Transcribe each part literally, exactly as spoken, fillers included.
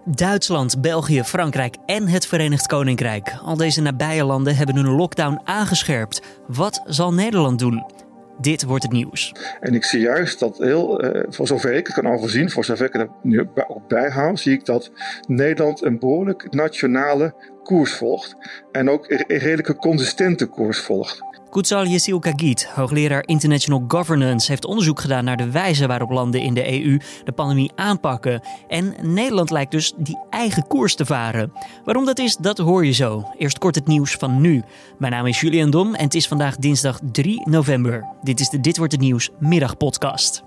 Duitsland, België, Frankrijk en het Verenigd Koninkrijk. Al deze nabije landen hebben hun lockdown aangescherpt. Wat zal Nederland doen? Dit wordt het nieuws. En ik zie juist dat heel, uh, voor zover ik het kan overzien, voor zover ik het er nu ook bijhoud, zie ik dat Nederland een behoorlijk nationale koers volgt. En ook een redelijke consistente koers volgt. Kutsal Yeşilkagit, hoogleraar International Governance, heeft onderzoek gedaan naar de wijze waarop landen in de E U de pandemie aanpakken. En Nederland lijkt dus die eigen koers te varen. Waarom dat is, dat hoor je zo. Eerst kort het nieuws van nu. Mijn naam is Julian Dom en het is vandaag dinsdag drie november. Dit is de Dit Wordt Het Nieuws middagpodcast.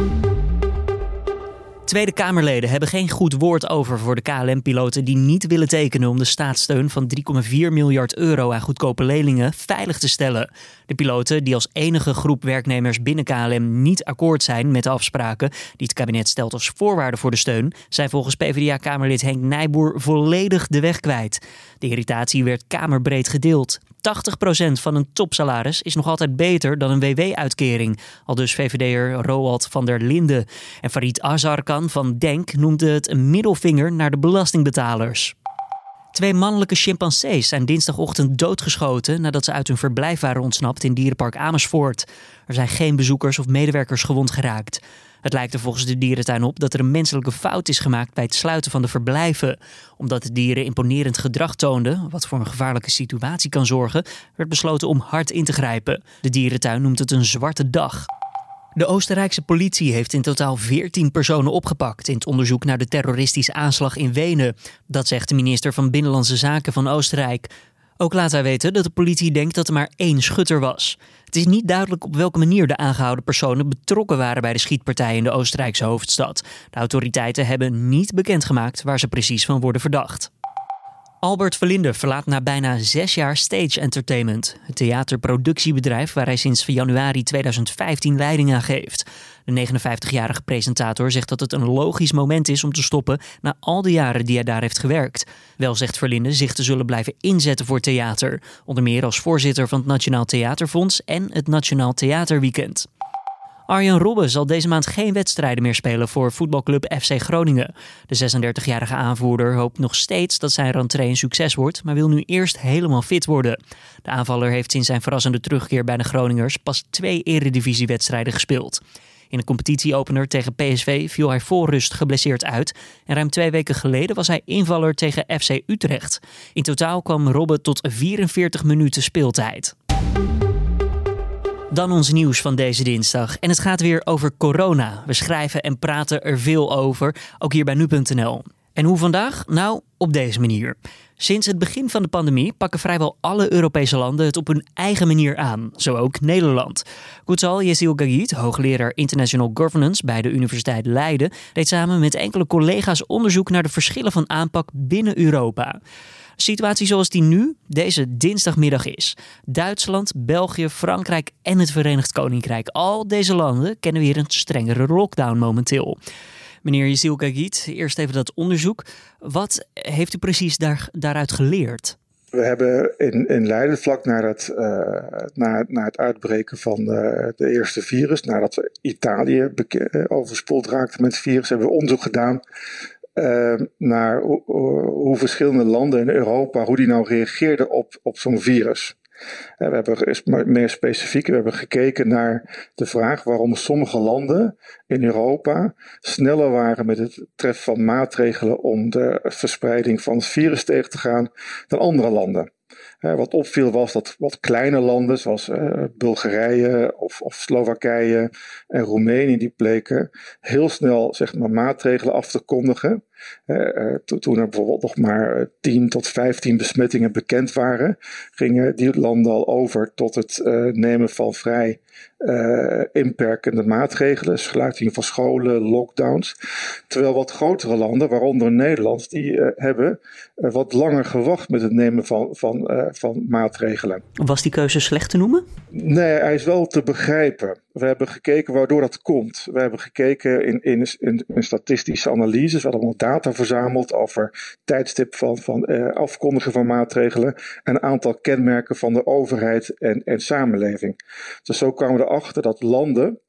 Tweede Kamerleden hebben geen goed woord over voor de K L M-piloten die niet willen tekenen om de staatssteun van drie komma vier miljard euro aan goedkope leningen veilig te stellen. De piloten, die als enige groep werknemers binnen K L M niet akkoord zijn met de afspraken die het kabinet stelt als voorwaarde voor de steun, zijn volgens P v d A-kamerlid Henk Nijboer volledig de weg kwijt. De irritatie werd kamerbreed gedeeld. tachtig procent van een topsalaris is nog altijd beter dan een W W-uitkering. Aldus V V D'er Roald van der Linden. En Farid Azarkan van Denk noemde het een middelvinger naar de belastingbetalers. Twee mannelijke chimpansees zijn dinsdagochtend doodgeschoten nadat ze uit hun verblijf waren ontsnapt in dierenpark Amersfoort. Er zijn geen bezoekers of medewerkers gewond geraakt. Het lijkt er volgens de dierentuin op dat er een menselijke fout is gemaakt bij het sluiten van de verblijven. Omdat de dieren imponerend gedrag toonden, wat voor een gevaarlijke situatie kan zorgen, werd besloten om hard in te grijpen. De dierentuin noemt het een zwarte dag. De Oostenrijkse politie heeft in totaal veertien personen opgepakt in het onderzoek naar de terroristische aanslag in Wenen. Dat zegt de minister van Binnenlandse Zaken van Oostenrijk. Ook laat hij weten dat de politie denkt dat er maar één schutter was. Het is niet duidelijk op welke manier de aangehouden personen betrokken waren bij de schietpartij in de Oostenrijkse hoofdstad. De autoriteiten hebben niet bekendgemaakt waar ze precies van worden verdacht. Albert Verlinde verlaat na bijna zes jaar Stage Entertainment, het theaterproductiebedrijf waar hij sinds januari tweeduizend vijftien leiding aan geeft. De negenenvijftigjarige presentator zegt dat het een logisch moment is om te stoppen na al de jaren die hij daar heeft gewerkt. Wel zegt Verlinde zich te zullen blijven inzetten voor theater, onder meer als voorzitter van het Nationaal Theaterfonds en het Nationaal Theaterweekend. Arjen Robben zal deze maand geen wedstrijden meer spelen voor voetbalclub F C Groningen. De zesendertigjarige aanvoerder hoopt nog steeds dat zijn rentree een succes wordt, maar wil nu eerst helemaal fit worden. De aanvaller heeft sinds zijn verrassende terugkeer bij de Groningers pas twee eredivisiewedstrijden gespeeld. In de competitieopener tegen P S V viel hij voor rust geblesseerd uit en ruim twee weken geleden was hij invaller tegen F C Utrecht. In totaal kwam Robben tot vierenveertig minuten speeltijd. Dan ons nieuws van deze dinsdag. En het gaat weer over corona. We schrijven en praten er veel over, ook hier bij nu punt n l. En hoe vandaag? Nou, op deze manier. Sinds het begin van de pandemie pakken vrijwel alle Europese landen het op hun eigen manier aan. Zo ook Nederland. Kutsal Yeşilkagit, hoogleraar International Governance bij de Universiteit Leiden, deed samen met enkele collega's onderzoek naar de verschillen van aanpak binnen Europa. De situatie zoals die nu, deze dinsdagmiddag is. Duitsland, België, Frankrijk en het Verenigd Koninkrijk. Al deze landen kennen weer een strengere lockdown momenteel. Meneer Yeşilkagit, eerst even dat onderzoek. Wat heeft u precies daar, daaruit geleerd? We hebben in, in Leiden, vlak na het, uh, na, na het uitbreken van de, de eerste virus, nadat Italië beke- overspoeld raakte met het virus, hebben we onderzoek gedaan Uh, naar hoe, hoe verschillende landen in Europa, hoe die nou reageerden op, op zo'n virus. Uh, we hebben meer specifiek, we hebben gekeken naar de vraag waarom sommige landen in Europa sneller waren met het treffen van maatregelen om de verspreiding van het virus tegen te gaan dan andere landen. Uh, wat opviel was dat wat kleine landen zoals uh, Bulgarije of, of Slowakije en Roemenië, die bleken heel snel zeg maar, maatregelen af te kondigen. Uh, uh, to, toen er bijvoorbeeld nog maar tien tot vijftien besmettingen bekend waren, gingen die landen al over tot het uh, nemen van vrij uh, inperkende maatregelen, sluiting van scholen, lockdowns. Terwijl wat grotere landen, waaronder Nederland, die uh, hebben uh, wat langer gewacht met het nemen van, van, uh, van maatregelen. Was die keuze slecht te noemen? Nee, hij is wel te begrijpen. We hebben gekeken waardoor dat komt. We hebben gekeken in, in, in, in statistische analyses. We hadden allemaal data verzameld over tijdstip van, van uh, afkondigen van maatregelen. En een aantal kenmerken van de overheid en, en samenleving. Dus zo kwamen we erachter dat landen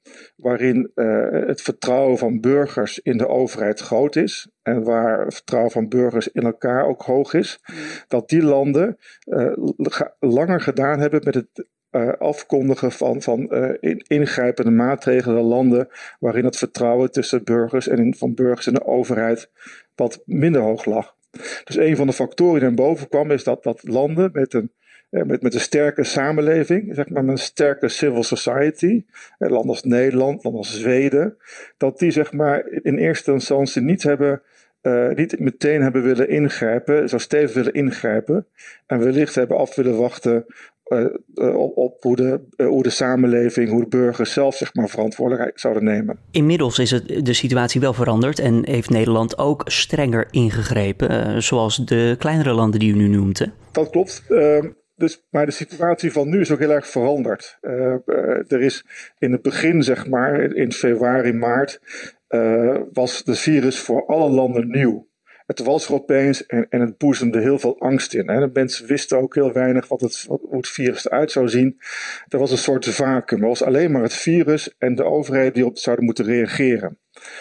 waarin uh, het vertrouwen van burgers in de overheid groot is en waar het vertrouwen van burgers in elkaar ook hoog is, mm. dat die landen uh, langer gedaan hebben met het uh, afkondigen van, van uh, in, ingrijpende maatregelen dan landen waarin het vertrouwen tussen burgers en in, van burgers en de overheid wat minder hoog lag. Dus een van de factoren die naar boven kwam is dat, dat landen met een Met, met een sterke samenleving, zeg maar met een sterke civil society, landen als Nederland, landen als Zweden, dat die zeg maar in eerste instantie niet hebben, uh, niet meteen hebben willen ingrijpen, zo stevig willen ingrijpen, en wellicht hebben af willen wachten uh, uh, op, op hoe, de, uh, hoe de samenleving, hoe de burgers zelf zeg maar verantwoordelijkheid zouden nemen. Inmiddels is het, de situatie wel veranderd en heeft Nederland ook strenger ingegrepen, uh, zoals de kleinere landen die u nu noemt. Hè? Dat klopt. Uh, Dus, maar de situatie van nu is ook heel erg veranderd. Uh, uh, er is in het begin, zeg maar, in februari, maart, uh, was de virus voor alle landen nieuw. Het was er opeens en, en het boezemde heel veel angst in. Hè. De mensen wisten ook heel weinig wat het, wat, hoe het virus eruit zou zien. Er was een soort vacuüm. Er was alleen maar het virus en de overheid die op zouden moeten reageren.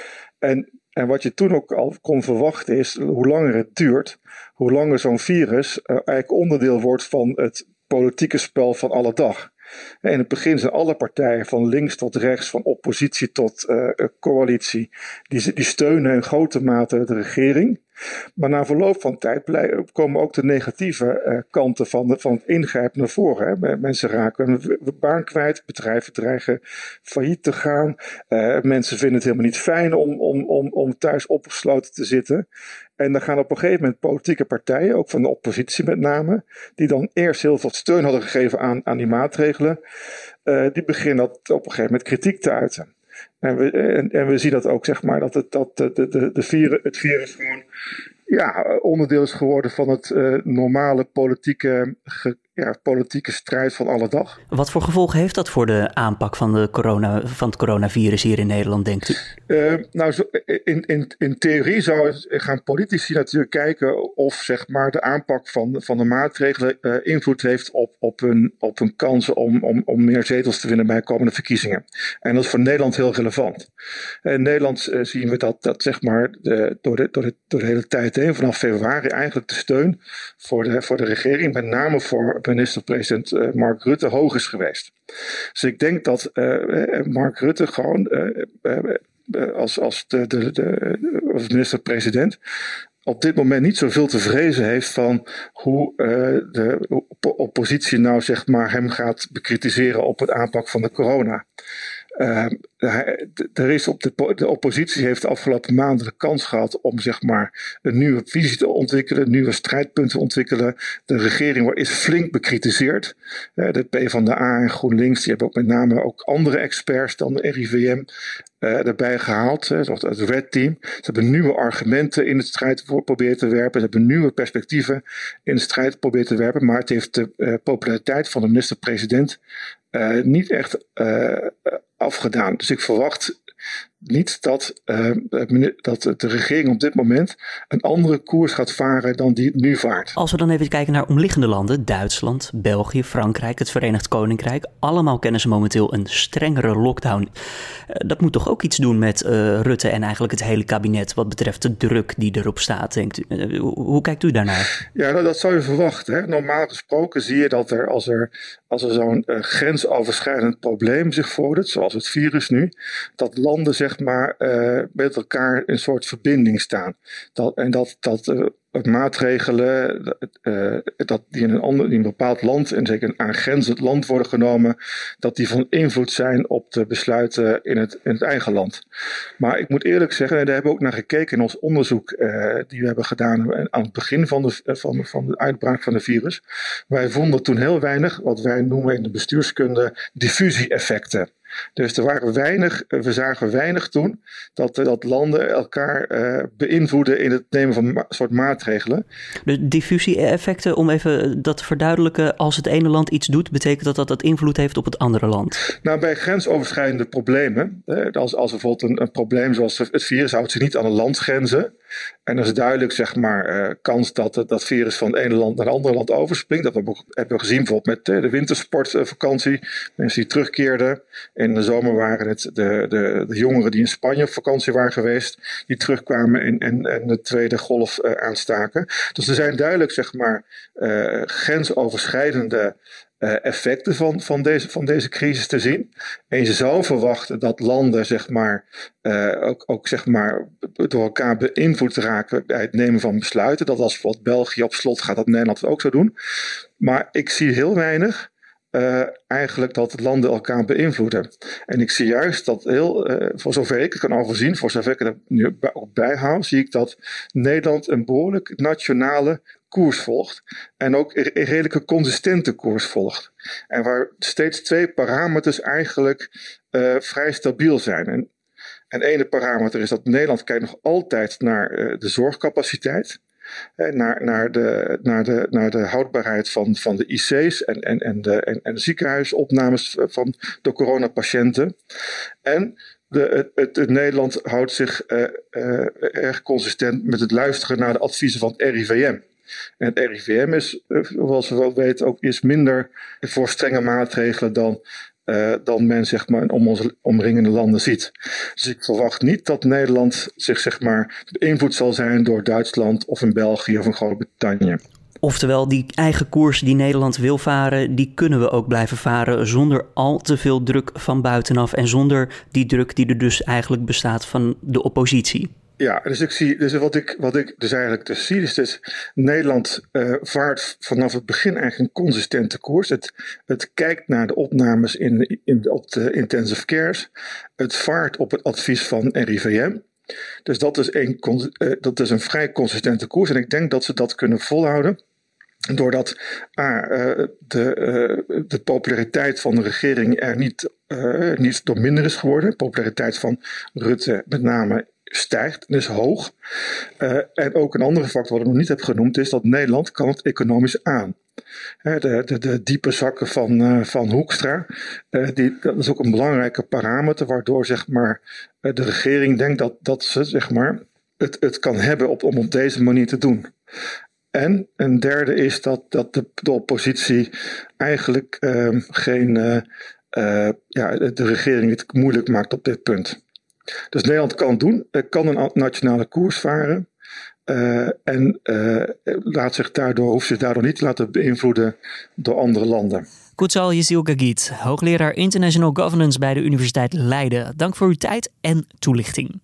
En En wat je toen ook al kon verwachten is, hoe langer het duurt, hoe langer zo'n virus uh, eigenlijk onderdeel wordt van het politieke spel van alle dag. In het begin zijn alle partijen, van links tot rechts, van oppositie tot uh, coalitie, die, die steunen in grote mate de regering. Maar na verloop van tijd blij, komen ook de negatieve uh, kanten van, de, van het ingrijpen naar voren. Hè. Mensen raken hun baan kwijt, bedrijven dreigen failliet te gaan. Uh, mensen vinden het helemaal niet fijn om, om, om, om thuis opgesloten te zitten. En dan gaan op een gegeven moment politieke partijen, ook van de oppositie met name, die dan eerst heel veel steun hadden gegeven aan, aan die maatregelen, uh, die beginnen dat op een gegeven moment kritiek te uiten. En we, en, en we zien dat ook, zeg maar, dat het, dat de, de, de virus, het virus gewoon ja, onderdeel is geworden van het uh, normale politieke, ge, ja, politieke strijd van alle dag. Wat voor gevolgen heeft dat voor de aanpak van, de corona, van het coronavirus hier in Nederland, denkt u? Uh, nou, zo, in, in, in theorie zou gaan politici natuurlijk kijken of zeg maar, de aanpak van, van de maatregelen uh, invloed heeft op, op, hun, op hun kansen om, om, om meer zetels te winnen bij komende verkiezingen. En dat is voor Nederland heel relevant. In Nederland uh, zien we dat, dat zeg maar, de, door, de, door, de, door de hele tijd heen, vanaf februari, eigenlijk de steun voor de, voor de regering, met name voor minister-president uh, Mark Rutte, hoog is geweest. Dus ik denk dat uh, Mark Rutte gewoon uh, uh, als, als, de, de, de, als minister-president op dit moment niet zoveel te vrezen heeft van hoe uh, de op- oppositie nou zeg maar hem gaat bekritiseren op het aanpak van de corona. Uh, er is op de, de oppositie heeft de afgelopen maanden de kans gehad om zeg maar een nieuwe visie te ontwikkelen, nieuwe strijdpunten te ontwikkelen. De regering is flink bekritiseerd. Uh, de PvdA en GroenLinks die hebben ook met name ook andere experts dan de R I V M uh, erbij gehaald, uh, zoals het Red Team. Ze hebben nieuwe argumenten in de strijd proberen te werpen. Ze hebben nieuwe perspectieven in de strijd proberen te werpen. Maar het heeft de uh, populariteit van de minister-president uh, niet echt uh, afgedaan. Dus ik verwacht niet dat, uh, dat de regering op dit moment een andere koers gaat varen dan die nu vaart. Als we dan even kijken naar omliggende landen, Duitsland, België, Frankrijk, het Verenigd Koninkrijk, allemaal kennen ze momenteel een strengere lockdown. Uh, dat moet toch ook iets doen met uh, Rutte en eigenlijk het hele kabinet wat betreft de druk die erop staat, denkt u? Uh, hoe, hoe kijkt u daarnaar? Ja, nou, dat zou je verwachten. Hè? Normaal gesproken zie je dat er als er, als er zo'n uh, grensoverschrijdend probleem zich voordoet, zoals het virus nu, dat landen zeg maar uh, met elkaar in een soort verbinding staan. Dat, en dat, dat uh, maatregelen uh, dat die in een ander, in een bepaald land, en zeker een aangrenzend land worden genomen, dat die van invloed zijn op de besluiten in het, in het eigen land. Maar ik moet eerlijk zeggen, en daar hebben we ook naar gekeken in ons onderzoek uh, die we hebben gedaan aan het begin van de, van, van de uitbraak van het virus. Wij vonden toen heel weinig, wat wij noemen in de bestuurskunde, diffusie-effecten. Dus er waren weinig, we zagen weinig toen dat, dat landen elkaar uh, beïnvloeden in het nemen van ma- soort maatregelen. De diffusie-effecten, om even dat te verduidelijken, als het ene land iets doet, betekent dat dat, dat invloed heeft op het andere land? Nou, bij grensoverschrijdende problemen, eh, als, als bijvoorbeeld een, een probleem zoals het virus houdt zich niet aan een landsgrenzen. En er is duidelijk, zeg maar, uh, kans dat het, dat virus van het ene land naar het andere land overspringt. Dat hebben we gezien bijvoorbeeld met uh, de wintersportvakantie. Mensen die terugkeerden in, in de zomer waren het de, de, de jongeren die in Spanje op vakantie waren geweest, die terugkwamen en, en, en de tweede golf uh, aanstaken. Dus er zijn duidelijk, zeg maar, uh, grensoverschrijdende uh, effecten van, van, deze, van deze crisis te zien. En je zou verwachten dat landen, zeg maar, uh, ook, ook zeg maar, door elkaar beïnvloed raken bij het nemen van besluiten. Dat als bijvoorbeeld België op slot gaat, dat Nederland het ook zou doen. Maar ik zie heel weinig Uh, eigenlijk dat landen elkaar beïnvloeden. En ik zie juist dat heel, uh, voor zover ik het kan overzien, voor zover ik het er nu ook bijhoud, zie ik dat Nederland een behoorlijk nationale koers volgt. En ook een redelijke consistente koers volgt. En waar steeds twee parameters eigenlijk uh, vrij stabiel zijn. En, en ene parameter is dat Nederland kijkt nog altijd naar uh, de zorgcapaciteit. Naar, naar, de, naar, de, naar de houdbaarheid van, van de I C's en, en, en, de, en, en de ziekenhuisopnames van de coronapatiënten. En de, het, het, het Nederland houdt zich uh, uh, erg consistent met het luisteren naar de adviezen van het R I V M. En het R I V M is, uh, zoals we wel weten, ook iets minder voor strenge maatregelen dan Uh, dan men, zeg maar, om onze omringende landen ziet. Dus ik verwacht niet dat Nederland zich, zeg maar, beïnvloed zal zijn door Duitsland of in België of in Groot-Brittannië. Oftewel, die eigen koers die Nederland wil varen, die kunnen we ook blijven varen zonder al te veel druk van buitenaf en zonder die druk die er dus eigenlijk bestaat van de oppositie. Ja, dus ik zie, dus wat ik, wat ik dus eigenlijk dus zie, is dat Nederland uh, vaart vanaf het begin eigenlijk een consistente koers. Het, het kijkt naar de opnames in, in, op de intensive cares. Het vaart op het advies van R I V M. Dus dat is, een, uh, dat is een vrij consistente koers. En ik denk dat ze dat kunnen volhouden. Doordat ah, uh, de, uh, de populariteit van de regering er niet, uh, niet door minder is geworden. De populariteit van Rutte met name stijgt en is hoog. Uh, en ook een andere factor wat ik nog niet heb genoemd is dat Nederland kan het economisch aan. Uh, de, de, de diepe zakken van, uh, van Hoekstra, uh, die, dat is ook een belangrijke parameter waardoor, zeg maar, uh, de regering denkt dat, dat ze, zeg maar, het, het kan hebben op, om op deze manier te doen. En een derde is dat, dat de, de oppositie eigenlijk uh, geen, uh, uh, ja, de regering het moeilijk maakt op dit punt. Dus Nederland kan het doen, kan een nationale koers varen uh, en uh, laat zich daardoor, hoeft zich daardoor niet te laten beïnvloeden door andere landen. Kutsal Yesil Gagit, hoogleraar International Governance bij de Universiteit Leiden. Dank voor uw tijd en toelichting.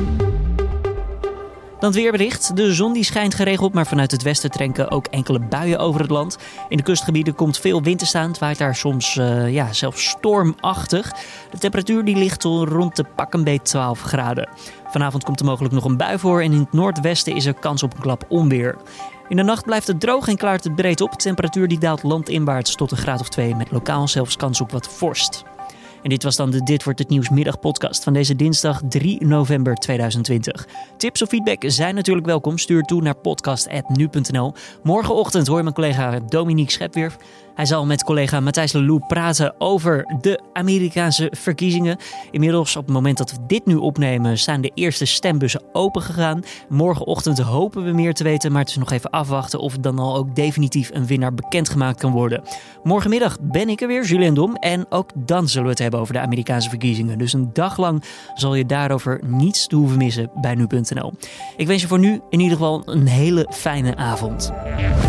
Dan het weerbericht. De zon die schijnt geregeld, maar vanuit het westen trekken ook enkele buien over het land. In de kustgebieden komt veel wind te staan. Het waait daar soms uh, ja, zelfs stormachtig. De temperatuur die ligt rond de pak een beet twaalf graden. Vanavond komt er mogelijk nog een bui voor en in het noordwesten is er kans op een klap onweer. In de nacht blijft het droog en klaart het breed op. De temperatuur die daalt landinwaarts tot een graad of twee met lokaal zelfs kans op wat vorst. En dit was dan de Dit Wordt Het Nieuws middagpodcast van deze dinsdag drie november tweeduizend twintig. Tips of feedback zijn natuurlijk welkom. Stuur toe naar podcast apenstaartje nu punt n l. Morgenochtend hoor je mijn collega Dominique Schepweer. Hij zal met collega Matthijs Lelou praten over de Amerikaanse verkiezingen. Inmiddels, op het moment dat we dit nu opnemen, zijn de eerste stembussen opengegaan. Morgenochtend hopen we meer te weten, maar het is nog even afwachten of dan al ook definitief een winnaar bekendgemaakt kan worden. Morgenmiddag ben ik er weer, Julien Dom, en ook dan zullen we het hebben over de Amerikaanse verkiezingen. Dus een dag lang zal je daarover niets te hoeven missen bij nu punt n l. Ik wens je voor nu in ieder geval een hele fijne avond.